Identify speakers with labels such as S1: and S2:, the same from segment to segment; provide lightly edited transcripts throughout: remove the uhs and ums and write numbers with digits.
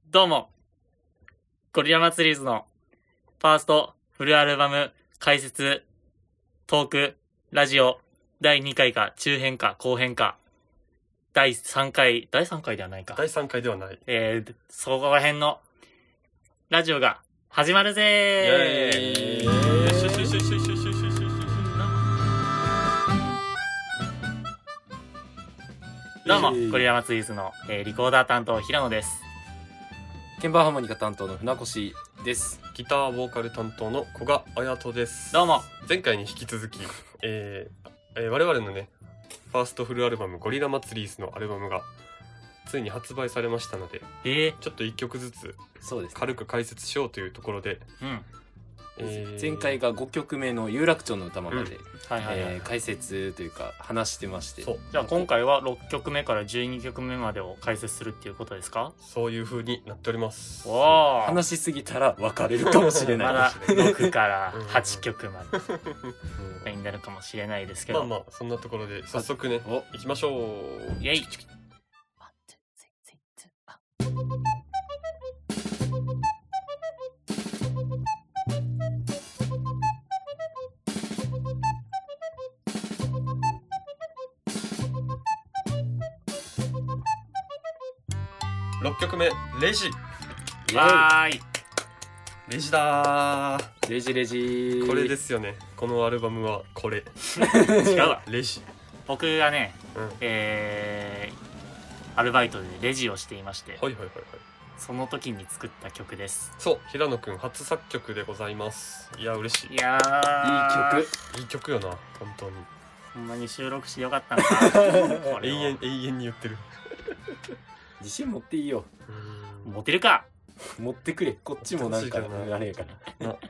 S1: どうも、ゴリラ祭りーズのファーストフルアルバム解説トークラジオ第2回か中編か後編か第3回ではないか。
S2: 第3回ではない。
S1: そこら辺のラジオが始まるぜー。
S2: イエーイ。
S1: どうも、ゴリラ祭りーズの、リコーダー担当平野です。
S3: 鍵盤ハーモニカ担当の船越です。
S2: ギターボーカル担当の古賀彩人です。
S1: どうも。
S2: 前回に引き続き、我々のねファーストフルアルバムゴリラ祭りーズのアルバムがついに発売されましたので、ちょっと1曲ずつ
S3: そうです、ね、
S2: 軽く解説しようというところで、
S3: 前回が5曲目の有楽町の歌まで、解説というか話してまして、
S1: じゃあ今回は6曲目から12曲目までを解説するっていうことですか？
S2: そういう風になっております。
S3: 話しすぎたら分かれるかもしれない
S1: まだ6から8曲までになるかもしれないですけど、
S2: まあそんなところで早速ね行きましょう。
S1: イエイ。
S2: 6曲目レジ。
S1: わーい。
S2: レジだー。
S3: レジレジ。
S2: これですよね。このアルバムはこれ。
S1: 違うわ。
S2: レジ。
S1: 僕がね、アルバイトでレジをしていまして、その時に作った曲です。
S2: そう、平野くん初作曲でございます。いや嬉しい。
S1: いや
S3: ー、
S2: いい曲よな、本当に。
S1: ほんまに収録してよかったのか。
S2: 永遠に言ってる。
S3: 自信持っていいよ。
S1: 持てるか。
S3: 持ってくれ。こっちもなんかあれやからな。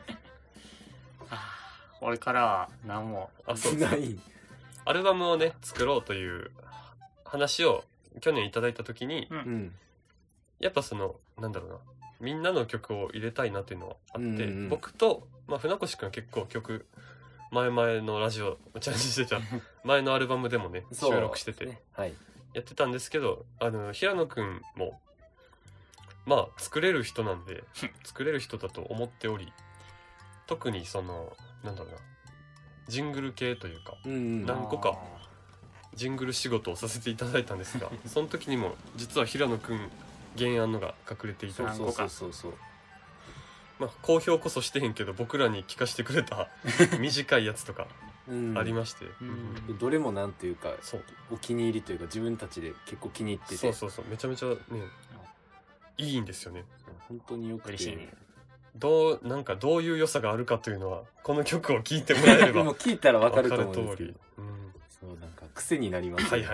S1: 俺からは何も
S3: ない。
S2: アルバムをね作ろうという話を去年いただいた時に、やっぱそのなんだろうな、みんなの曲を入れたいなっていうのはあって、僕と船越くんは結構曲前々のラジオチャレンジしてた前のアルバムでもね収録してて、やってたんですけど、平野くんも作れる人なんで作れる人だと思っており、特にそのなんだろうな、ジングル系というか、何個かジングル仕事をさせていただいたんですがその時にも実は平野くん原案のが隠れていたりとか、公表こそしてへんけど僕らに聞かせてくれた短いやつとかありまして、
S3: どれもなんていうかお気に入りというか自分たちで結構気に入ってて、
S2: そうめちゃめちゃねいいんですよね。
S3: 本当によくて
S1: 嬉しいね。
S2: なんかどういう良さがあるかというのはこの曲を聴いてもらえれば
S3: もう聞いたら分かると思うんですけど、
S2: そう
S3: なんか癖になりますね。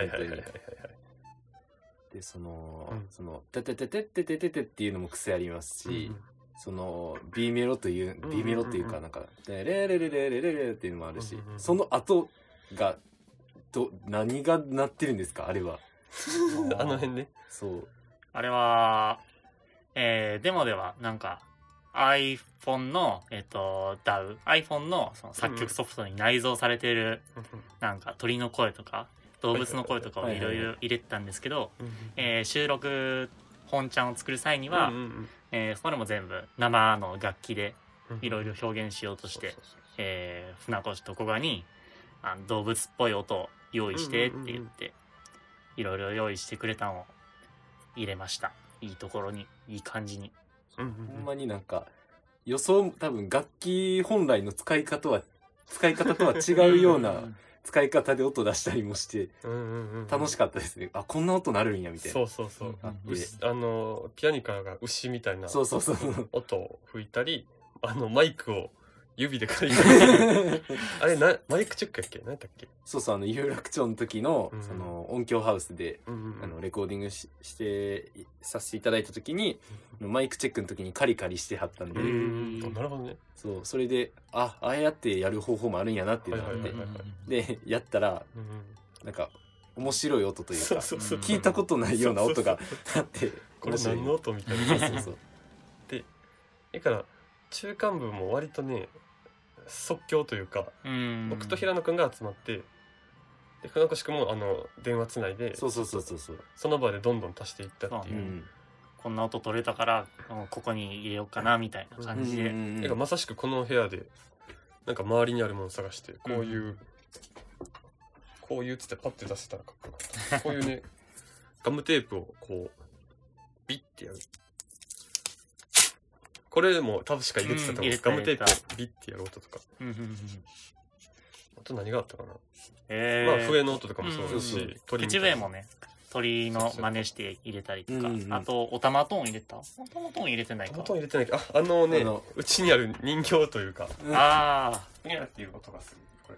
S3: でそのテテテテテテテテっていうのも癖ありますし、その B メロっていうかなんかレレレレレレレっていうのもあるし、その後が何がなってるんですかあれは。
S2: あの辺ね。
S3: そう
S1: あれはデモではなんか iPhone のiPhone のその作曲ソフトに内蔵されているなんか鳥の声とか動物の声とかをいろいろ入れてたんですけど、収録本ちゃんを作る際にはそれも全部生の楽器でいろいろ表現しようとして船越と古賀に動物っぽい音を用意してって言っていろいろ用意してくれたのを入れました。いいところにいい感じに。
S3: ほんまになんか予想多分楽器本来の使い方とは違うような使い方で音出したりもして楽しかったですね。こんな音なるんやみたいな。
S2: そうピアニカが牛みたいな音を吹いたり、マイクを指で借りたりあれマイクチェックやっけ、何やったっけ。
S3: そう有楽町の時のその音響ハウスでレコーディングしてさせていただいた時にマイクチェックの時にカリカリしてはったんで、
S2: なるほどね。
S3: それでああやってやる方法もあるんやなっていうのがあって、でやったらなんか面白い音というか聞いたことないような音があって
S2: これ何の音みたいな。でだから中間部も割とね即興というか、僕と平野くんが集まってで船越くんも電話つないでその場でどんどん足していったっていう、
S1: こんな音取れたからここに入れようかなみたいな感じで、
S2: なんかまさしくこの部屋でなんか周りにあるものを探してこういう、こういうつってパッて出せたらかっこよかったこういうねガムテープをこうビッてやる、これも確か入れてたと思う、ガムテープをビッてやる音とか、あと何があったかな、まあ笛の音とかもそうだし、
S1: 口笛もね鳥の真似して入れたりとか、あとおたまトーン入れた、おたまトーン入れてないか、
S2: おたまトーン入れてないか、うちにある人形というか、ニャーっていう音がする、こ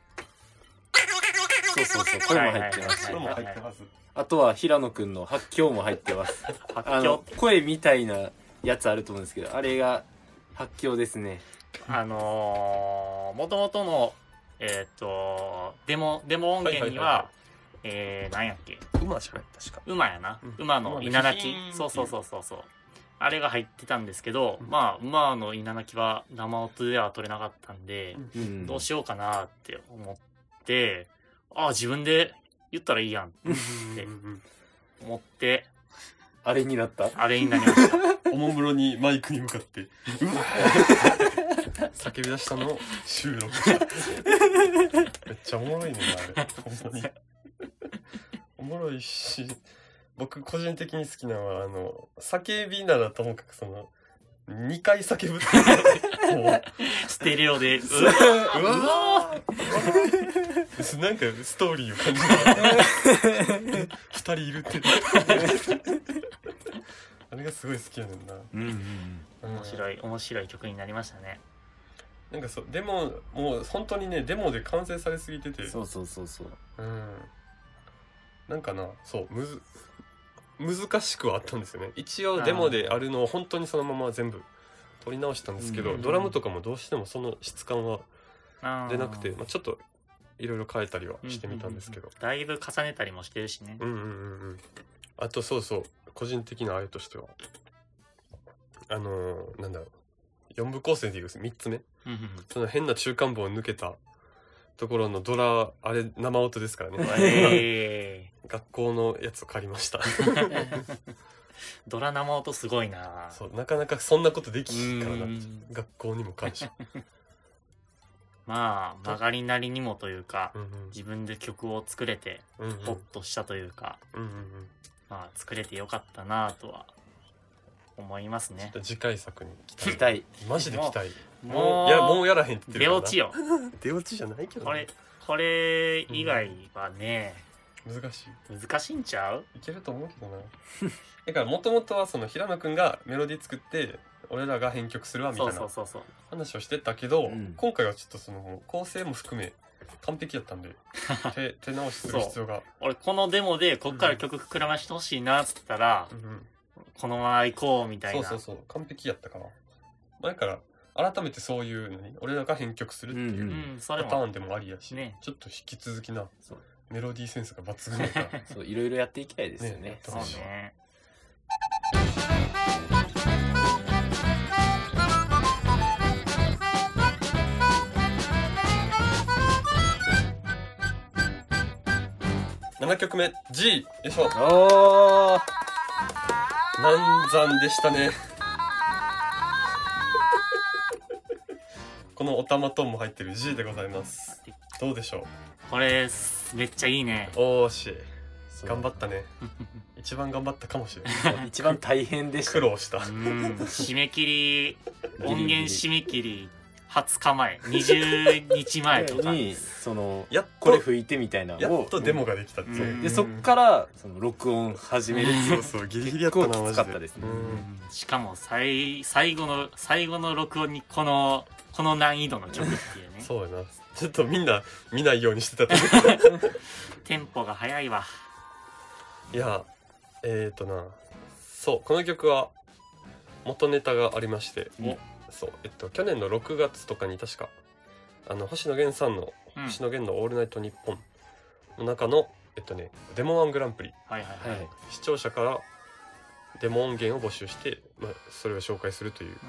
S2: れ
S3: そうこれも入ってます、
S2: これも入ってます。
S3: あとは平野くんの発狂も入ってます声みたいなやつあると思うんですけど、あれが発狂ですね。
S1: もともとのデモ音源には何やっけ、
S2: 馬じゃない、確か
S1: 馬やな、馬の稲鳴き、そうあれが入ってたんですけど、まあ馬の稲鳴きは生音では取れなかったんで、どうしようかなって思って、自分で言ったらいいやんって思って
S3: あれになりま
S1: した
S2: おもむろにマイクに向かってうわ叫び出したのを収録めっちゃおもろいねあれほんまにおもろいし、僕個人的に好きなのは叫びならともかくその2回叫ぶってもう
S1: ステレオでう
S2: わなんかストーリーを感じる2人いるってあれがすごい好きやねんな。
S1: 面白い曲になりましたね。
S2: なんかでももう本当にねデモで完成されすぎてて、
S3: そう
S2: なんかな、難しくはあったんですよね。一応デモであるのを本当にそのまま全部撮り直したんですけど、ドラムとかもどうしてもその質感は出なくて、ちょっといろいろ変えたりはしてみたんですけど、
S1: だいぶ重ねたりもしてるしね。
S2: あと個人的なあれとしてはなんだろう、4部構成でいう3つ目、その変な中間部を抜けたところのドラ、あれ生音ですからね学校のやつを借りました
S1: ドラ生音すごいな。
S2: なかなかそんなことできんからな、学校にも感謝
S1: まあ曲がりなりにもというか、自分で曲を作れてホッとしたというか、まあ作れてよかったなとは思いますね。
S2: 次回作に
S3: 期待
S2: マジで期待。
S1: も
S2: うやらへんって言ってるからな。
S1: 出落ちよ
S2: 出落ちじゃないけど、ね、
S1: これ以外はね、難しいんちゃう？
S2: いけると思うけどなだからもともとはその平野くんがメロディー作って俺らが編曲するわみたいな話をしてたけど、今回はちょっとその構成も含め完璧やったんで手直しする必要が
S1: 俺このデモでこっから曲膨らましてほしいなっつったら、このまま行こうみたいな。
S2: 完璧やったから前から改めてそういう俺らが編曲するっていうパターンでもありやし、ちょっと引き続きなメロディーセンスが抜群だから
S3: いろいろやっていきたいですよね。
S1: そうね。
S2: 7曲目 G よいしょ。
S3: おー、
S2: 難産でしたねこのおたまトーンも入ってる G でございます。どうでしょう？
S1: これめっちゃいいね。
S2: おーし頑張ったね一番頑張ったかもしれない
S3: 一番大変でした。
S2: 苦労した
S1: 締め切り音源締め切り20日前20日前とか
S3: にやっとこれ吹いてみたいなのを
S2: やっとデモができたって、
S3: でそっから録音始める
S2: ギリギリやったなマジで。
S3: きつかったですね。
S1: しかも最後の録音にこの難易度の曲っていうね
S2: そうやな、ちょっとみんな見ないようにしてたと
S1: テンポが速いわ。
S2: いやこの曲は元ネタがありまして、去年の6月とかに確か星野源さんの星野源のオールナイトニッポンの中のデモワングランプリ、視聴者からデモ音源を募集して、それを紹介するという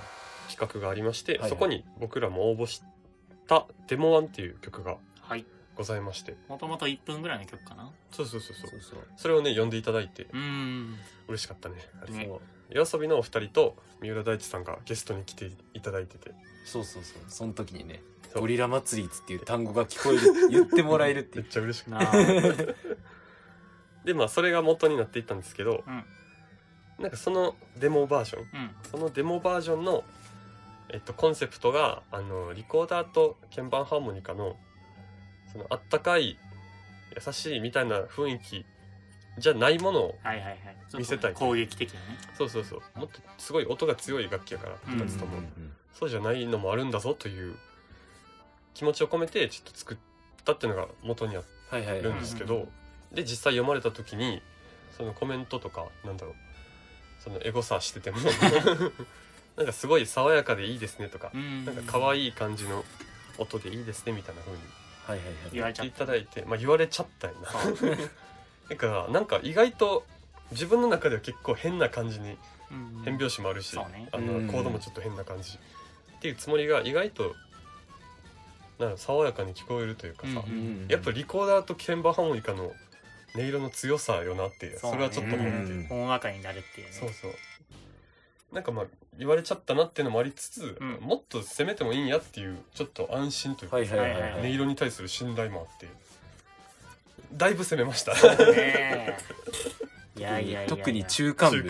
S2: 企画がありまして、そこに僕らも応募したデモワンっていう曲がございまして、
S1: もともと1分ぐらいの曲かな。
S2: そう。それをね読んでいただいて嬉しかったね。あれね、YOASOBIのお二人と三浦大知さんがゲストに来ていただいてて、
S3: そうその時にねゴリラ祭りっていう単語が聞こえる言ってもらえるって
S2: めっちゃ嬉しくてでまあそれが元になっていったんですけど、なんかそのデモバージョン、そのデモバージョンのコンセプトがリコーダーと鍵盤ハーモニカのそのあったかい優しいみたいな雰囲気じゃないものを見せたい、
S1: 攻撃的なね。
S2: そうもっとすごい音が強い楽器やから2つとも、そうじゃないのもあるんだぞという気持ちを込めてちょっと作ったっていうのが元にあるんですけど、で実際読まれた時にそのコメントとかなんだろう、そのエゴサしててもなんかすごい爽やかでいいですねとか、なんか可愛い感じの音でいいですねみたいな風に言っていただいて、まあ言われちゃったよなだからなんか意外と自分の中では結構変な感じに変拍子もあるし、コードもちょっと変な感じっていうつもりが意外となんか爽やかに聞こえるというかさ、やっぱリコーダーと鍵盤ハーモニカの音色の強さよなって、それはちょっと思って
S1: ほんわかになるっていうね。
S2: そうなんかまあ言われちゃったなっていうのもありつつ、もっと攻めてもいいんやっていうちょっと安心というか、音色に対する信頼もあってだいぶ攻めました
S1: ね。いや
S3: 特に中間部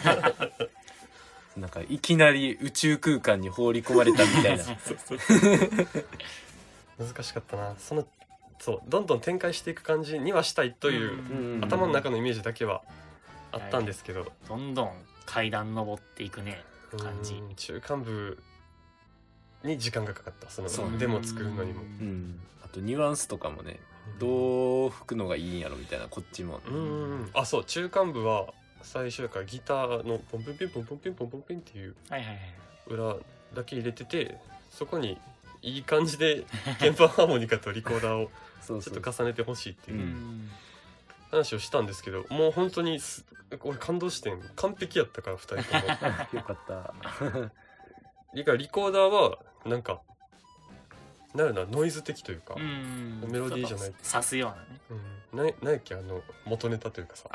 S3: なんかいきなり宇宙空間に放り込まれたみたいな
S2: 難しかったな。そうどんどん展開していく感じにはしたいという頭の中のイメージだけはあったんですけど、
S1: どんどん階段登っていくね感じ。
S2: 中間部に時間がかかった、そのデモ作るのにも、
S3: あとニュアンスとかもね、どう吹くのがいいんやろみたいな、こっちも
S2: あ、そう中間部は最初からギターのポンポンピンポンポンピンポンポンピンっていう裏だけ入れてて、そこにいい感じで鍵盤ハーモニカとリコーダーをちょっと重ねてほしいっていう話をしたんですけど、もう本当に俺感動して完璧やったから2人とも
S3: よかった
S2: リコーダーはなんかノイズ的というか、メロディーじゃない
S1: 刺すようなね、
S2: なんやっけ元ネタというかさ、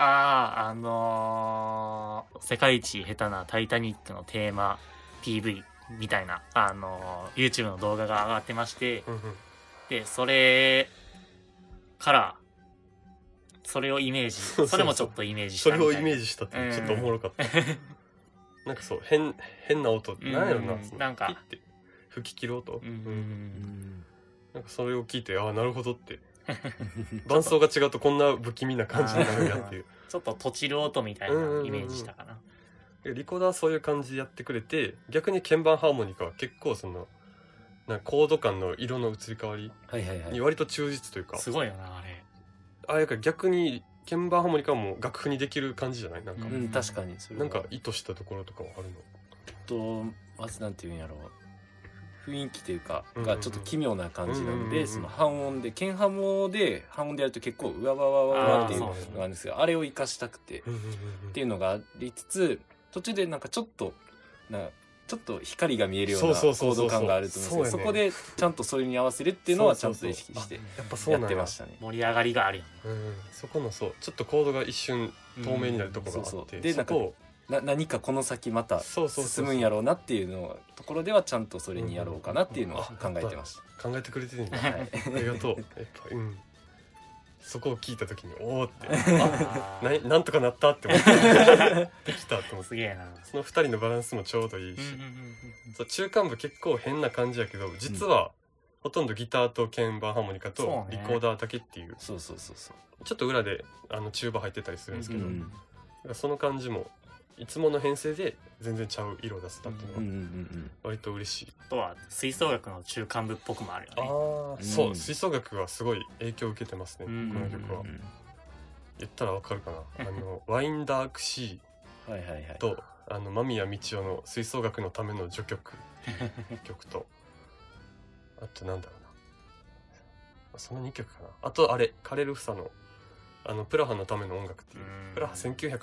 S1: 世界一下手なタイタニックのテーマ PV みたいなYouTube の動画が上がってまして、でそれからそれをイメージ、それもちょっとイメージしたみたいな、
S2: それをイメージしたってちょっとおもろかったなんかそう変な音、なんやろな、
S1: なんか
S2: ピッて吹き切る音、なんかそれを聞いて、ああなるほどって伴奏が違うとこんな不気味な感じになるんやっていう
S1: ちょっととちる音みたいなイメージしたかな。
S2: リコーダーはそういう感じでやってくれて、逆に鍵盤ハーモニカは結構そのなんかコード感の色の移り変わりに割と忠実というか、
S1: すごいよなあれ。
S2: やから逆に鍵盤ハーモニカはもう楽譜にできる感じじゃない？なんか、
S3: 確かにそれ
S2: なんか意図したところとかはあるの？
S3: まずなんていうんやろう、雰囲気というかがちょっと奇妙な感じなので、その半音で鍵ハモで半音でやると結構うわわわわわっていうのがあるんですが、あれを生かしたくてっていうのがありつつ、途中でなんかちょっと光が見えるようなコード感があると思うんですけど、そこでちゃんとそれに合わせるっていうのはちゃんと意識してやってましたね。
S1: 盛り上がりがあるよね。
S2: そこのちょっとコードが一瞬透明になるところがあって、
S3: でなんか何かこの先また進むんやろうなっていうのところではちゃんとそれにやろうかなっていうのを考えてました。
S2: 考えてくれてるんだ、ありがとう。やっぱそこを聞いた時におおってなんとかなったって思ってできたと思って、
S1: すげえな。
S2: その2人のバランスもちょうどいいし、中間部結構変な感じやけど、実はほとんどギターと鍵盤ハーモニカとリコーダーだけっていう、ちょっと裏でチューバー入ってたりするんですけど、その感じもいつもの編成で全然ちゃう色を出せたっていうのは割と嬉しい。
S1: あとは吹奏楽の中間部っぽくもあるよね。
S2: そう、吹奏楽はすごい影響を受けてますね、この曲は。言ったらわかるかな、ワインダークシーと間宮道夫の吹奏楽のための序曲曲と、あとなんだろうな、その2曲かな。あとカレルフサのプラハのための音楽っていう、プラハ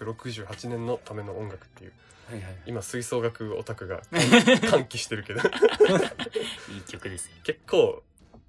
S2: 1968年のための音楽っていう、今吹奏楽オタクが歓喜してるけど
S1: いい曲ですよ。
S2: 結構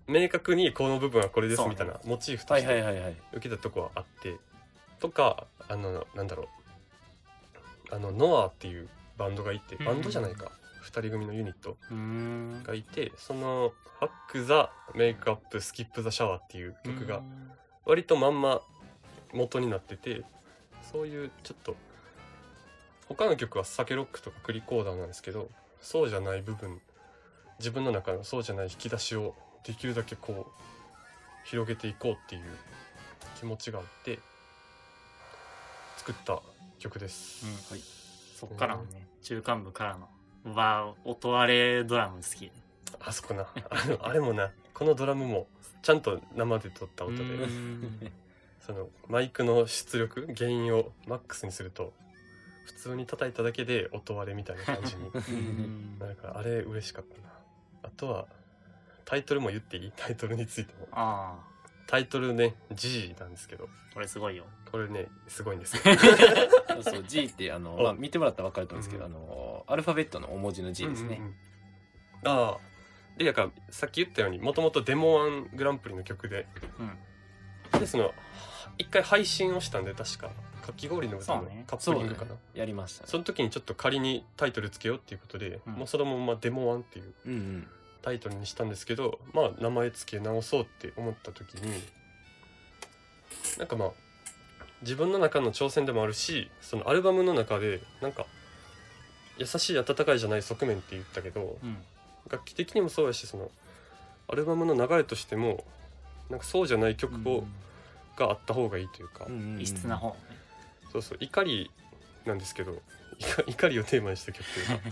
S2: 明確にこの部分はこれですみたいなモチーフとし
S3: はいはい
S2: て
S3: はいはい。
S2: 受けたとこはあってとかなんだろうノアっていうバンドがいて、バンドじゃないか、2人組のユニットがいて、そのハック・ザ・メイクアップ・スキップ・ザ・シャワーっていう曲が割とまんま元になってて、そういうちょっと他の曲は酒ロックとかクリコーダーなんですけど、そうじゃない部分、自分の中のそうじゃない引き出しをできるだけこう広げていこうっていう気持ちがあって作った曲です、
S1: はい、そっからのね、中間部からの音割れドラム好き。
S2: あそこなあれもな、このドラムもちゃんと生で撮った音でそのマイクの出力原因をマックスにすると普通に叩いただけで音割れみたいな感じになるから、あれ嬉しかったな。あとはタイトルも言っていい？タイトルについても。タイトルね G なんですけど、
S1: これすごいよ。これ
S2: ねすごいんですよ
S3: そう G って見てもらったら分かると思うんですけど、アルファベットの大文字の G ですね、
S2: ああで、やからさっき言ったようにもともとデモ1グランプリの曲で、でその一回配信をしたんで、確かかき氷の歌のカップリングかな、
S3: やりました、
S2: その時にちょっと仮にタイトルつけようっていうことで、もうそのままデモ1っていうタイトルにしたんですけど、まあ名前つけ直そうって思った時に、なんかまあ自分の中の挑戦でもあるし、そのアルバムの中でなんか優しい温かいじゃない側面って言ったけど、楽器的にもそうやし、そのアルバムの流れとしてもなんかそうじゃない曲があった方がいいというか、
S1: 異質な方ね。
S2: そうそう、怒りなんですけど、怒りをテーマにした曲というか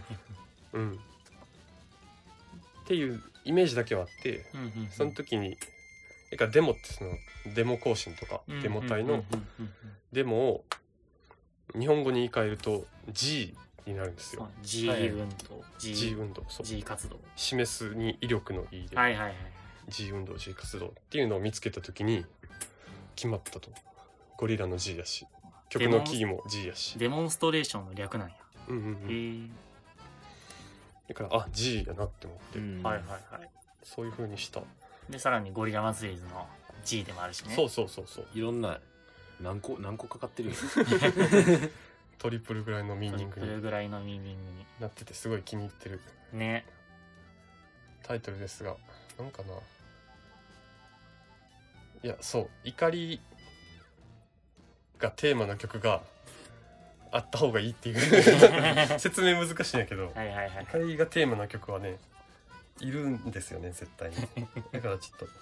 S2: っていうイメージだけはあって、その時にデモってそのデモ更新とかデモ隊のデモを日本語に言い換えると G になるんですよ。
S1: G 運動、
S2: G 運動、そう、
S1: G 活動、
S2: 示すに威力の E で、G 運動 G 活動っていうのを見つけた時に決まったと。ゴリラの G やし、曲のキーも G やし、
S1: デモンストレーションの略なんや。
S2: だからG やなって思って、そういう風にした。
S1: でさらにゴリラマツリーズの G でもあるしね。
S2: そう
S3: いろんな何個かかってるよ
S2: トリプルぐらいのミーニングになってて、すごい気に入ってる
S1: ね
S2: タイトルですが、なんかな、いや、そう怒りがテーマの曲があった方がいいっていう説明難しいんやけど、怒りがテーマの曲はねいるんですよね、絶対に。だからちょっと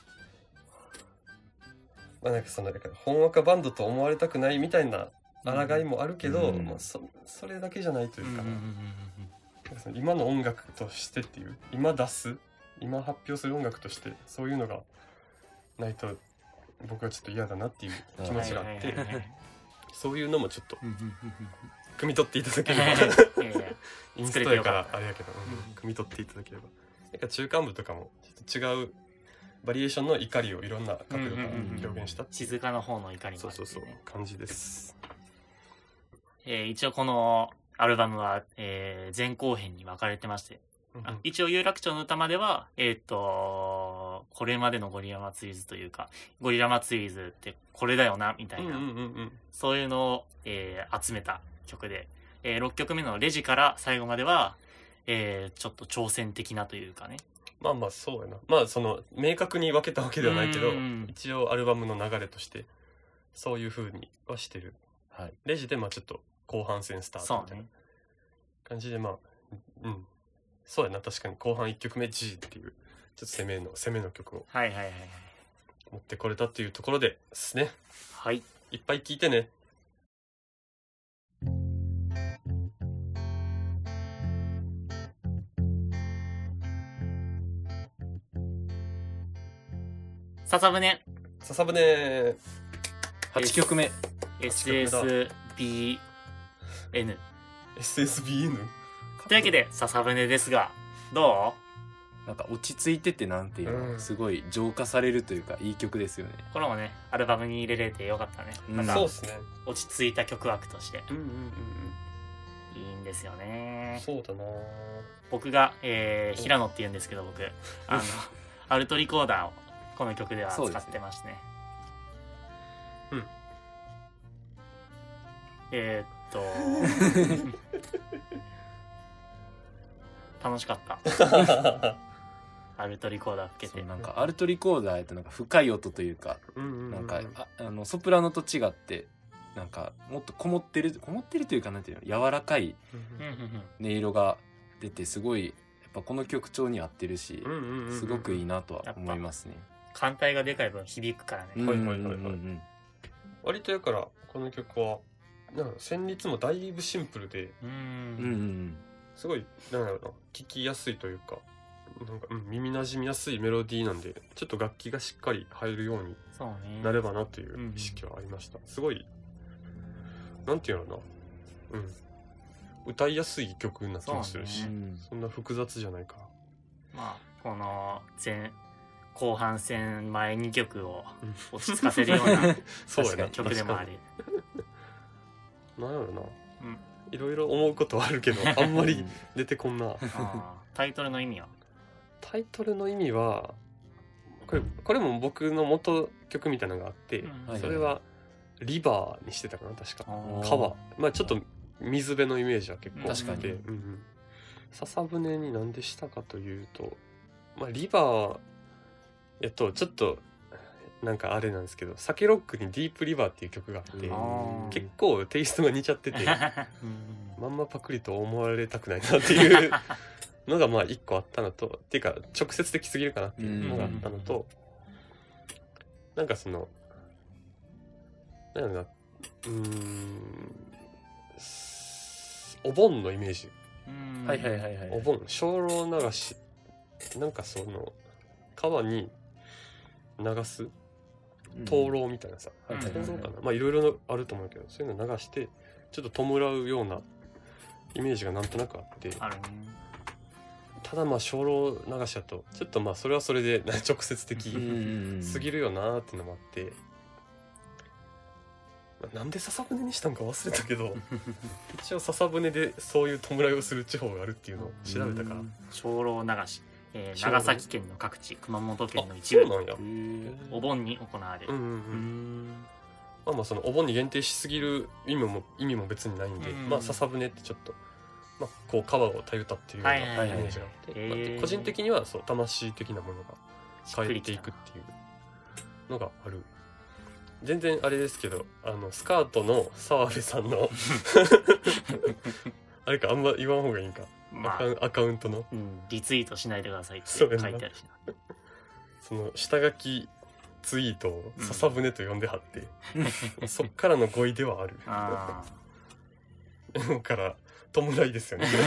S2: まあなんかそのほんわかバンドと思われたくないみたいな抗いもあるけど、まあそれだけじゃないというか、その今の音楽としてっていう、今発表する音楽としてそういうのがないと僕はちょっと嫌だなっていう気持ちがあって、そういうのもちょっと汲み取っていただければインストやからあれやけど、汲み取っていただければ、なんか中間部とかもちょっと違うバリエーションの怒りをいろんな角度から表現した、
S1: 静かの方の怒りもある、
S2: そう感じです。
S1: 一応このアルバムは、前後編に分かれてまして、一応有楽町の歌まではこれまでのゴリラマツリーズというか、ゴリラマツリーズってこれだよなみたいな、そういうのを、集めた曲で、6曲目のレジから最後までは、ちょっと挑戦的なというかね。
S2: まあそうやな。まあその明確に分けたわけではないけど、一応アルバムの流れとしてそういう風にはしてる。レジでまあちょっと後半戦スタートみたいな感じで、まあそうやな、確かに後半1曲目 G っていうちょっと攻めの曲を持ってこれたっていうところですね。いっぱい聴いてね。
S1: 笹船
S3: 8曲目
S1: SSBN というわけで笹船ですが、ど
S3: う？なんか落ち着いてて、なんていうの、すごい浄化されるというかいい曲ですよね。
S1: これもねアルバムに入れれてよかったね。
S2: そうですね、
S1: 落ち着いた曲枠としていいんですよね。
S2: そうだな。
S1: 僕が、平野って言うんですけど、僕アルトリコーダーをこの曲では使ってましたね。
S2: うん。
S1: 楽しかったアルトリコーダー吹けて、
S3: なんかアルトリコーダーってなんか深い音というか、なんかソプラノと違ってなんかもっとこもってるというか、なんていうの、柔らかい音色が出て、すごいやっぱこの曲調に合ってるし、すごくいいなとは思いますね。
S1: 艦隊がでかい分響くからね。
S2: はいはいはいはい。割とやからこの曲はなんか旋律もだいぶシンプルで、すごいなんだろうな、聴きやすいというか、なんか、耳なじみやすいメロディーなんで、ちょっと楽器がしっかり入るようになればなという意識はありました。すごいなんていうのな、歌いやすい曲な気もするし、そんな複雑じゃないから。
S1: まあこの後半戦前2曲を落ち着かせるような
S2: そうやな
S1: 曲でもあり
S2: なんやろな、いろいろ思うことはあるけどあんまり出てこんな。
S1: タイトルの意味は
S2: これも僕の元曲みたいなのがあって、それはリバーにしてたかな、確か。川、まあちょっと水辺のイメージは結構あって、笹舟になんでしたかというと、まあリバーちょっとなんかあれなんですけど、サケロックにディープリバーっていう曲があって、結構テイストが似ちゃっててまんまパクリと思われたくないなっていうのがまあ一個あったのと、っていうか直接的すぎるかなっていうのがあったのと、なんかそのなんだろうな、お盆のイメージ、お盆、精霊流し、なんかその川に流す灯籠みたいなさ、灯籠かな、まあいろいろあると思うけど、そういうの流してちょっと弔うようなイメージがなんとなくあって、ただまあ精霊流しだとちょっとまあそれはそれで直接的すぎるよなーっていうのもあって、なんで笹舟にしたんか忘れたけど一応笹舟でそういう弔いをする地方があるっていうのを調べたから、
S1: 精霊流し、長崎県の各地、熊本県の一部、お盆に行われる。まあまあそのお盆に限定しすぎる意味も別にないんで、まあ笹舟ってちょっとまあこう川をたゆたっていうようなイメージがあって、個人的にはそう魂的なものが変えていくっていうのがある。全然あれですけど、スカートの澤部さんのあれか、あんま言わん方がいいんか、まあ、アカウントの、 リツイートしないでくださいって書いてあるしな。
S2: その下書きツイートを笹舟と呼んではって、そっからの語彙ではあるだから弔いですよね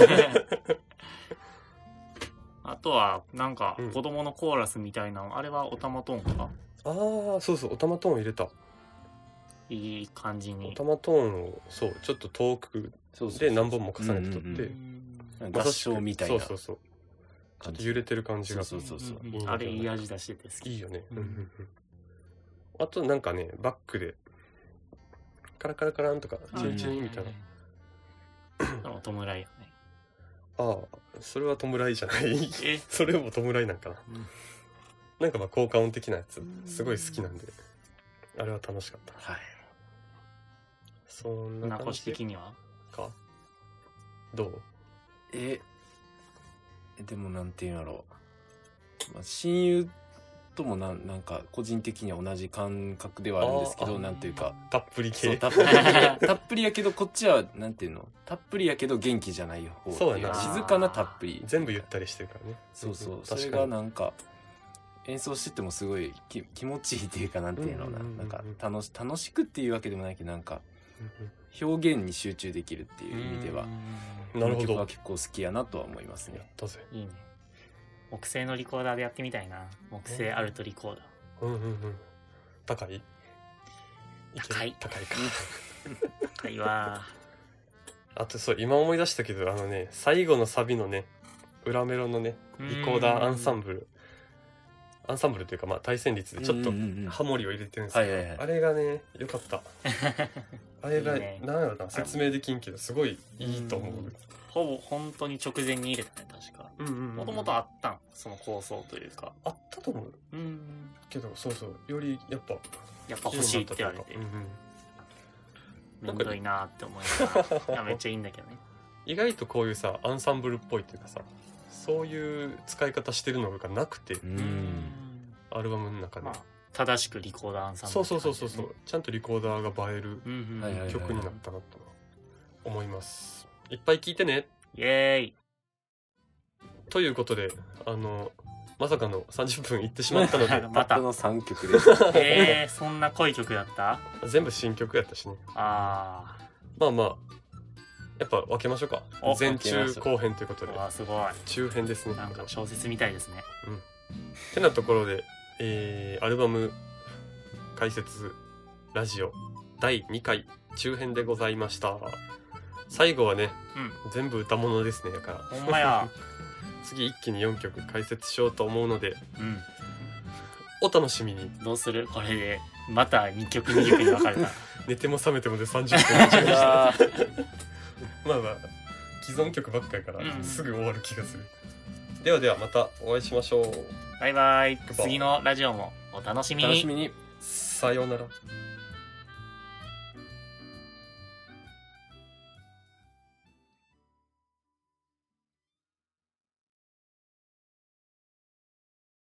S1: あとはなんか子供のコーラスみたいなの、あれはオタマトーンか。
S2: そうそう、オタマトーン入れた。
S1: いい感じに
S2: オタマトーンをそうちょっと遠くで何本も重ねて撮って
S3: 合唱みたいな、
S2: そうちょっと揺れてる感じが、
S1: あれいい味出してて好き。
S2: いいよね。あとなんかね、バックでカラカラカランとかチンチンみたい
S1: な弔いよね。
S2: それは弔いじゃないそれも弔いなんかな。なんかまあ効果音的なやつすごい好きなんで、あれは楽しかった。そんな感じ
S1: 的には
S2: か。どう？
S3: でもなんていうんやろう、まあ、親友ともなんか個人的には同じ感覚ではあるんですけど、なんていうか
S2: たっぷり系、
S3: たっぷりやけど、こっちはなんていうの、たっぷりやけど元気じゃない方っていう、静かなたっぷり、
S2: 全部ゆったりしてるからね。
S3: そうそれがなんか演奏しててもすごい気持ちいいっていうか、なんていうのな、なんか楽しくっていうわけでもないけど、なんか表現に集中できるっていう意味では、
S2: なるほど、
S3: この曲は結構好きやなとは思いますね。
S2: やったぜ。
S1: いいね。木製のリコーダーでやってみたいな。木製アルトリコーダー。
S2: 高いか
S1: 高いわ。
S2: あとそう、今思い出したけど、最後のサビのね、裏メロのね、リコーダーアンサンブルというか、まあ対旋律でちょっとハモリを入れてるんですけど、あれがね良かった。あれがなんやろな、説明できんけどすごいいいと思う。
S1: ほぼ本当に直前に入れたね、確か。 もともとあったんその構想というか。
S2: あったと思う。けどそうそうよりやっぱ
S1: 欲しいって言われて、めんどいなって思いながらいやめっちゃいいんだけどね。
S2: 意外とこういうさアンサンブルっぽいというかさそういう使い方してるのがなくて、アルバムの中で、
S1: まあ、正しくリコーダーアンサンブル、
S2: そうちゃんとリコーダーが映える曲になったなと思います。いっぱい聴いてね。
S1: イエーイ。
S2: ということでまさかの30分いってしまったので
S3: またの3曲で
S1: そんな濃い曲だった？
S2: 全部新曲やったしね。まあまあやっぱ分けましょうか。前中後編ということで。
S1: すごい
S2: 中編ですね。
S1: なんか小説みたいですね。
S2: てなところで、アルバム解説ラジオ第2回中編でございました。最後はね、全部歌物ですね。だから
S1: ほんまや
S2: 次一気に4曲解説しようと思うので、お楽しみに。
S1: どうするこれでまた2曲に分かれた
S2: 寝ても覚めてもで30分になっちゃいましたまあまあ既存曲ばっかりからすぐ終わる気がする。ではではまたお会いしましょう。
S1: バイバイ。次のラジオもお楽しみに。
S2: さようなら。